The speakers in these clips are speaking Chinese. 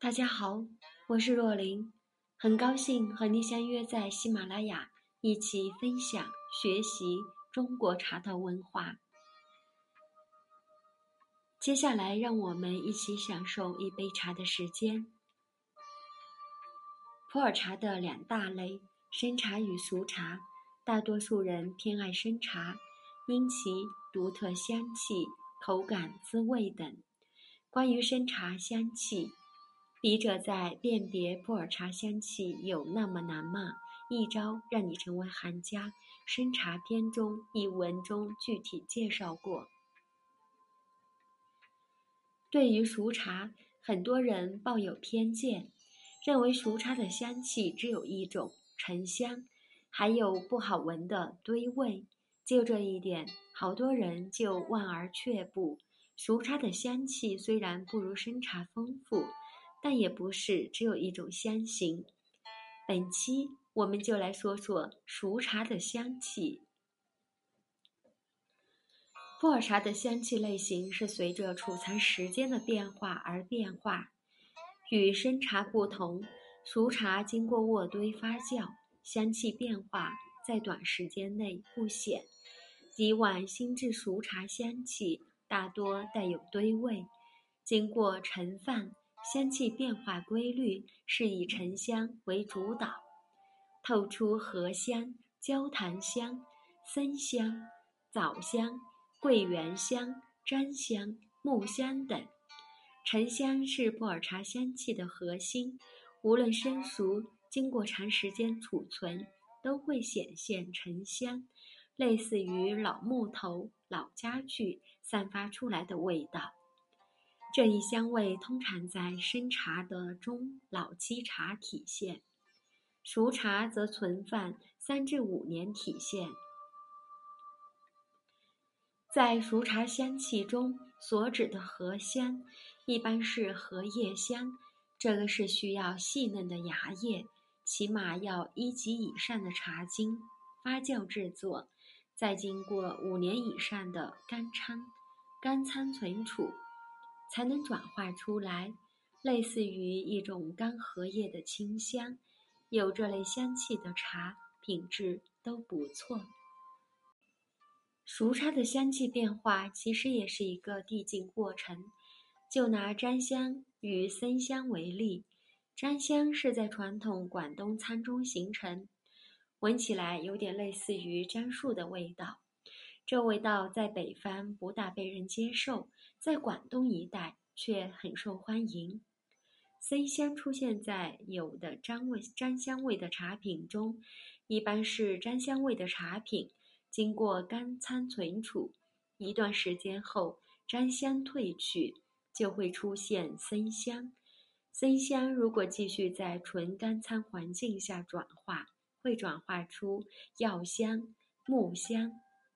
大家好，我是若琳，很高兴和您相约在喜马拉雅，一起分享学习中国茶的文化。接下来，让我们一起享受一杯茶的时间。普洱茶的两大类，生茶与熟茶，大多数人偏爱生茶，因其独特香气、口感、滋味等。关于生茶香气，笔者在辨别普洱茶香气有那么难吗？一招让你成为行家。生茶篇中一文中具体介绍过。对于熟茶，很多人抱有偏见，认为熟茶的香气只有一种，沉香，还有不好闻的堆味。就这一点，好多人就望而却步。熟茶的香气虽然不如生茶丰富，但也不是只有一种香型。本期我们就来说说熟茶的香气。普洱茶的香气类型是随着储藏时间的变化而变化。与生茶不同，熟茶经过渥堆发酵，香气变化在短时间内不显。以往新制熟茶香气大多带有堆味，经过陈放，香气变化规律是以沉香为主导，透出荷香、焦檀香、森香、枣香、桂圆香、樟香、木香等。沉香是普洱茶香气的核心，无论生熟，经过长时间储存，都会显现沉香，类似于老木头、老家具散发出来的味道。这一香味通常在生茶的中老期茶体现，熟茶则存放3至5年体现。在熟茶香气中所指的荷香，一般是荷叶香，这个是需要细嫩的芽叶，起码要1级以上的茶茎发酵制作，再经过5年以上的干仓存储，才能转化出来，类似于一种干荷叶的清香。有这类香气的茶，品质都不错。熟茶的香气变化其实也是一个递进过程。就拿樟香与森香为例，樟香是在传统广东餐中形成，闻起来有点类似于樟树的味道。这味道在北方不大被人接受，在广东一带却很受欢迎。森香出现在有的樟香味的茶品中，一般是樟香味的茶品经过干仓存储，一段时间后，樟香褪去，就会出现森香。森香如果继续在纯干仓环境下转化，会转化出药香、木香。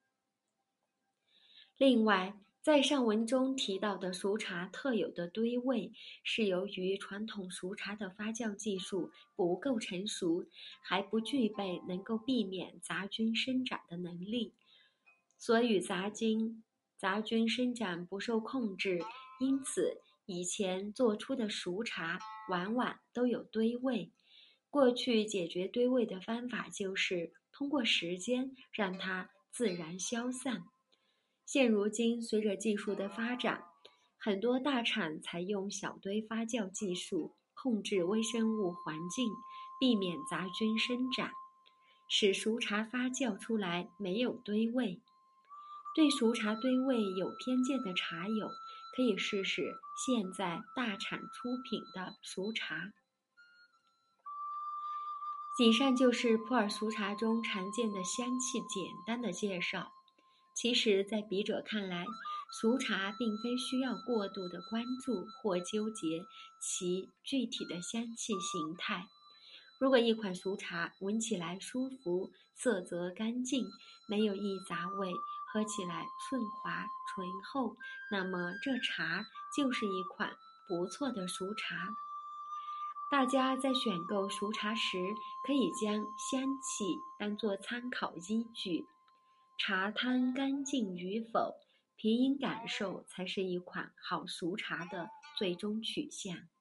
另外，在上文中提到的熟茶特有的堆味，是由于传统熟茶的发酵技术不够成熟，还不具备能够避免杂菌生长的能力，所以杂菌生长不受控制，因此以前做出的熟茶往往都有堆味。过去解决堆味的方法就是通过时间让它自然消散。现如今随着技术的发展，很多大厂采用小堆发酵技术，控制微生物环境，避免杂菌生长，使熟茶发酵出来没有堆味。对熟茶堆味有偏见的茶友，可以试试现在大厂出品的熟茶。以上就是普洱熟茶中常见的香气简单的介绍。其实在笔者看来，熟茶并非需要过度的关注或纠结其具体的香气形态。如果一款熟茶闻起来舒服，色泽干净，没有异杂味，喝起来顺滑醇厚，那么这茶就是一款不错的熟茶。大家在选购熟茶时，可以将香气当作参考依据，茶汤干净与否，品饮感受才是一款好熟茶的最终取向。